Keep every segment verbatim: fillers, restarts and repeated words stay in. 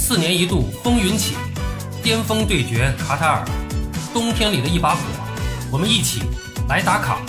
四年一度风云起，巅峰对决卡塔尔，冬天里的一把火，我们一起来打卡。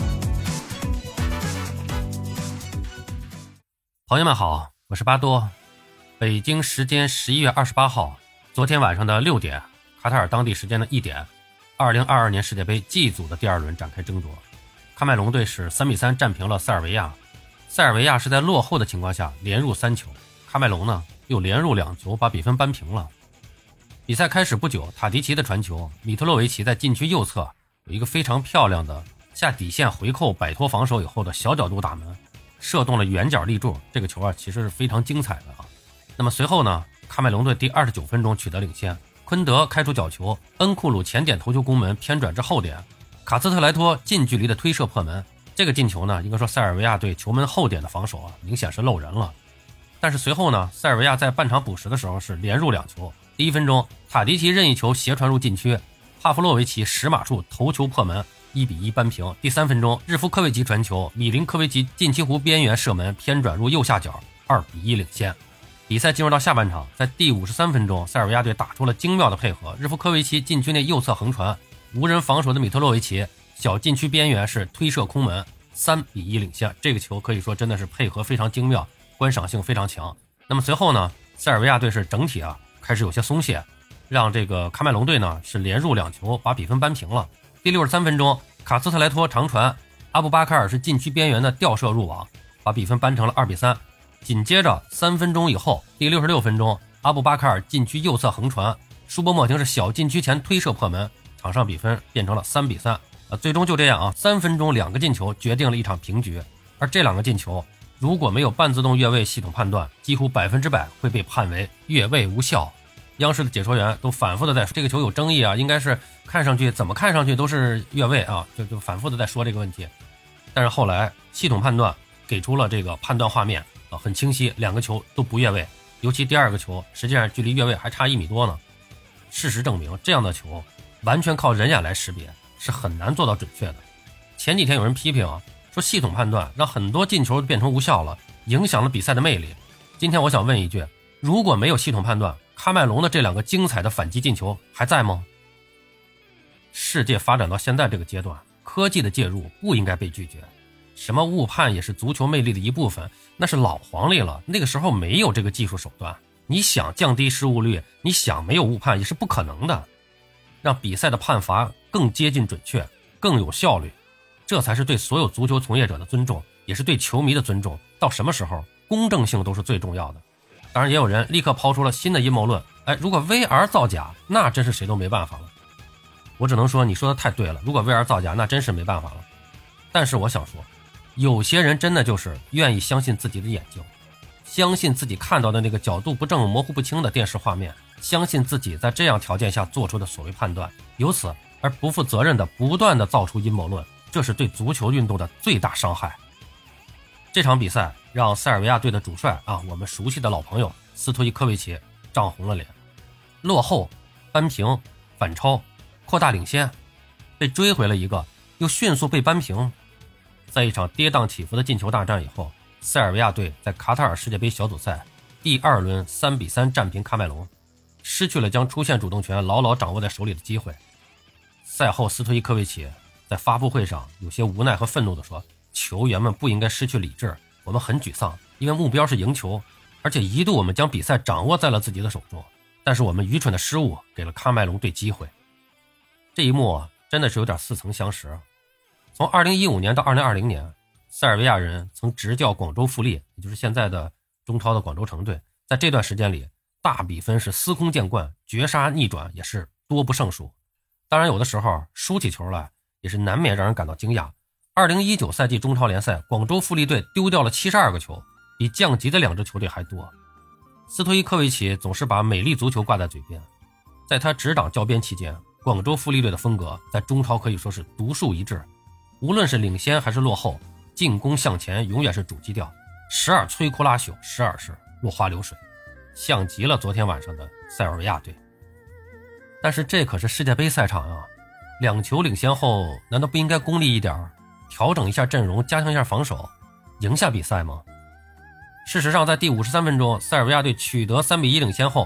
朋友们好，我是巴多。北京时间十一月二十八号，昨天晚上的六点，卡塔尔当地时间的一点，二零二二年世界杯 G 组的第二轮展开争夺。喀麦隆队是三比三战平了塞尔维亚，塞尔维亚是在落后的情况下连入三球，喀麦隆呢又连入两球，把比分扳平了。比赛开始不久，塔迪奇的传球，米特洛维奇在禁区右侧有一个非常漂亮的下底线回扣，摆脱防守以后的小角度打门，射动了远角立柱。这个球啊其实是非常精彩的啊。那么随后呢，喀麦隆队第二十九分钟取得领先，昆德开出角球，恩库鲁前点头球攻门偏转至后点，卡斯特莱托近距离的推射破门。这个进球呢，应该说塞尔维亚队球门后点的防守啊明显是漏人了。但是随后呢，塞尔维亚在半场补时的时候是连入两球。第一分钟，塔迪奇任意球斜传入禁区，帕夫洛维奇十码处头球破门，一比一扳平。第三分钟，日夫科维奇传球，米林科维奇禁区弧边缘射门偏转入右下角，二比一领先。比赛进入到下半场，在第五十三分钟，塞尔维亚队打出了精妙的配合，日夫科维奇禁区内右侧横传，无人防守的米特洛维奇小禁区边缘是推射空门，三比一领先。这个球可以说真的是配合非常精妙，观赏性非常强。那么随后呢，塞尔维亚队是整体啊开始有些松懈，让这个喀麦隆队呢是连入两球，把比分扳平了。第六十三分钟，卡斯特莱托长传，阿布巴卡尔是禁区边缘的吊射入网，把比分扳成了二比三。紧接着三分钟以后，第六十六分钟，阿布巴卡尔禁区右侧横传，舒波莫廷是小禁区前推射破门，场上比分变成了三比三。呃，最终就这样啊，三分钟两个进球决定了一场平局。而这两个进球如果没有半自动越位系统判断，几乎百分之百会被判为越位无效。央视的解说员都反复的在说这个球有争议啊，应该是看上去怎么看上去都是越位啊，就就反复的在说这个问题。但是后来系统判断给出了这个判断画面啊，很清晰，两个球都不越位，尤其第二个球实际上距离越位还差一米多呢。事实证明，这样的球完全靠人眼来识别是很难做到准确的。前几天有人批评啊，说系统判断让很多进球变成无效了，影响了比赛的魅力。今天我想问一句，如果没有系统判断，喀麦隆的这两个精彩的反击进球还在吗？世界发展到现在这个阶段，科技的介入不应该被拒绝。什么误判也是足球魅力的一部分，那是老黄历了，那个时候没有这个技术手段。你想降低失误率，你想没有误判也是不可能的。让比赛的判罚更接近准确，更有效率，这才是对所有足球从业者的尊重，也是对球迷的尊重。到什么时候，公正性都是最重要的。当然也有人立刻抛出了新的阴谋论，哎，如果 V R 造假，那真是谁都没办法了。我只能说你说的太对了，如果 V R 造假，那真是没办法了。但是我想说，有些人真的就是愿意相信自己的眼睛，相信自己看到的那个角度不正模糊不清的电视画面，相信自己在这样条件下做出的所谓判断，由此而不负责任的不断的造出阴谋论，这是对足球运动的最大伤害。这场比赛让塞尔维亚队的主帅啊，我们熟悉的老朋友斯托伊科维奇涨红了脸，落后、扳平、反超、扩大领先，被追回了一个，又迅速被扳平。在一场跌宕起伏的进球大战以后，塞尔维亚队在卡塔尔世界杯小组赛第二轮三比三战平喀麦隆，失去了将出线主动权牢牢掌握在手里的机会。赛后斯托伊科维奇在发布会上有些无奈和愤怒地说，球员们不应该失去理智，我们很沮丧，因为目标是赢球，而且一度我们将比赛掌握在了自己的手中，但是我们愚蠢的失误给了喀麦隆队机会。这一幕真的是有点似曾相识。从二零一五年到二零二零年，塞尔维亚人曾执教广州富力，也就是现在的中超的广州城队，在这段时间里大比分是司空见惯，绝杀逆转也是多不胜数。当然有的时候输起球来也是难免让人感到惊讶。二零一九赛季中超联赛，广州富力队丢掉了七十二个球，比降级的两支球队还多。斯托伊科维奇总是把美丽足球挂在嘴边，在他执掌教鞭期间，广州富力队的风格在中超可以说是独树一帜，无论是领先还是落后，进攻向前永远是主基调，时而摧枯拉朽，时而是落花流水，像极了昨天晚上的塞尔维亚队。但是这可是世界杯赛场啊，两球领先后难道不应该功利一点，调整一下阵容，加强一下防守，赢下比赛吗？事实上在第五十三分钟，塞尔维亚队取得三比一领先后，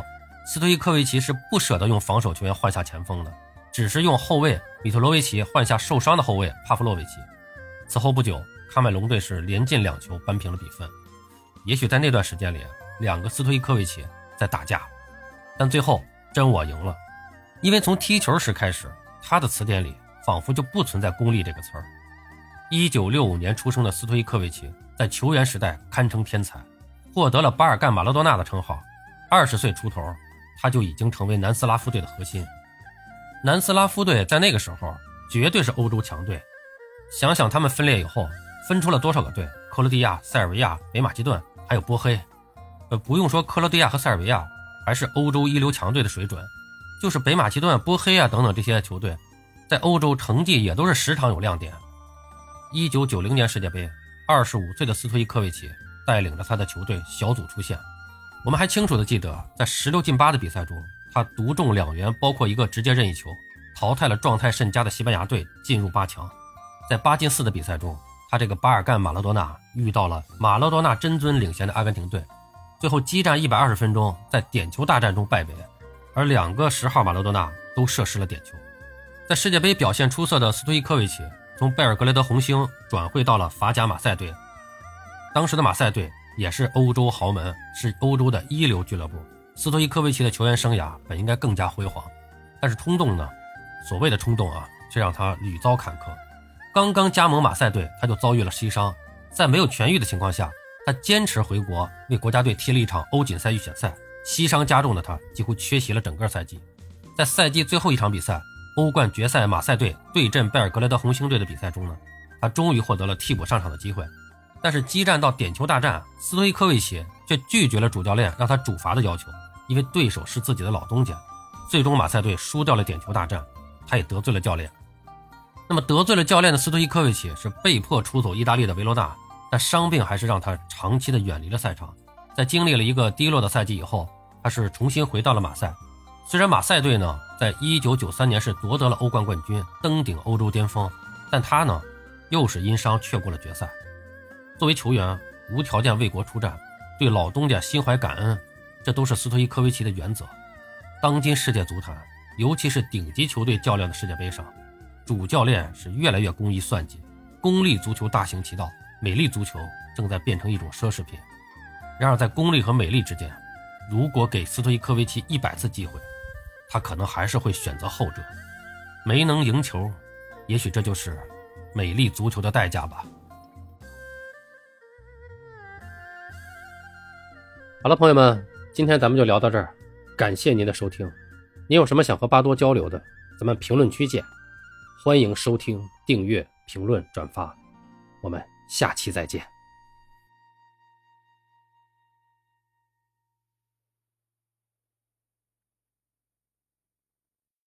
斯托伊科维奇是不舍得用防守球员换下前锋的，只是用后卫米特罗维奇换下受伤的后卫帕夫洛维奇。此后不久，喀麦隆队是连进两球扳平了比分。也许在那段时间里，两个斯托伊科维奇在打架，但最后真我赢了。因为从踢球时开始，他的词典里仿佛就不存在功利这个词儿。一九六五年出生的斯托伊科维奇在球员时代堪称天才，获得了巴尔干马拉多纳的称号。二十岁出头，他就已经成为南斯拉夫队的核心。南斯拉夫队在那个时候绝对是欧洲强队，想想他们分裂以后分出了多少个队，克罗地亚、塞尔维亚、北马其顿还有波黑。呃，不用说克罗地亚和塞尔维亚还是欧洲一流强队的水准，就是北马其顿、波黑啊等等这些球队在欧洲成绩也都是时常有亮点。一九九零年世界杯，二十五岁的斯托伊科维奇带领着他的球队小组出线。我们还清楚地记得，在十六进八的比赛中，他独中两元，包括一个直接任意球，淘汰了状态甚佳的西班牙队，进入八强。在八进四的比赛中，他这个巴尔干马拉多纳遇到了马拉多纳真尊领衔的阿根廷队，最后激战一百二十分钟，在点球大战中败北，而两个十号马拉多纳都射失了点球。在世界杯表现出色的斯托伊科维奇从贝尔格莱德红星转会到了法甲马赛队，当时的马赛队也是欧洲豪门，是欧洲的一流俱乐部。斯托伊科维奇的球员生涯本应该更加辉煌，但是冲动呢，所谓的冲动啊，却让他屡遭坎坷。刚刚加盟马赛队，他就遭遇了膝伤，在没有痊愈的情况下，他坚持回国为国家队踢了一场欧锦赛预选赛，膝伤加重的他几乎缺席了整个赛季。在赛季最后一场比赛，欧冠决赛马赛队对阵贝尔格莱德红星队的比赛中呢，他终于获得了替补上场的机会。但是激战到点球大战，斯托伊科维奇却拒绝了主教练让他主罚的要求，因为对手是自己的老东家。最终马赛队输掉了点球大战，他也得罪了教练。那么得罪了教练的斯托伊科维奇是被迫出走意大利的维罗纳，但伤病还是让他长期的远离了赛场。在经历了一个低落的赛季以后，他是重新回到了马赛。虽然马赛队呢在一九九三年是夺得了欧冠冠军，登顶欧洲巅峰，但他呢又是因伤却过了决赛。作为球员，无条件为国出战，对老东家心怀感恩，这都是斯托伊科维奇的原则。当今世界足坛，尤其是顶级球队较量的世界杯上，主教练是越来越工艺算计，功利足球大行其道，美丽足球正在变成一种奢侈品。然而在功利和美丽之间，如果给斯托伊科维奇一百次机会，他可能还是会选择后者。没能赢球，也许这就是美丽足球的代价吧。好了，朋友们，今天咱们就聊到这儿，感谢您的收听。您有什么想和巴多交流的，咱们评论区见。欢迎收听、订阅、评论、转发，我们下期再见。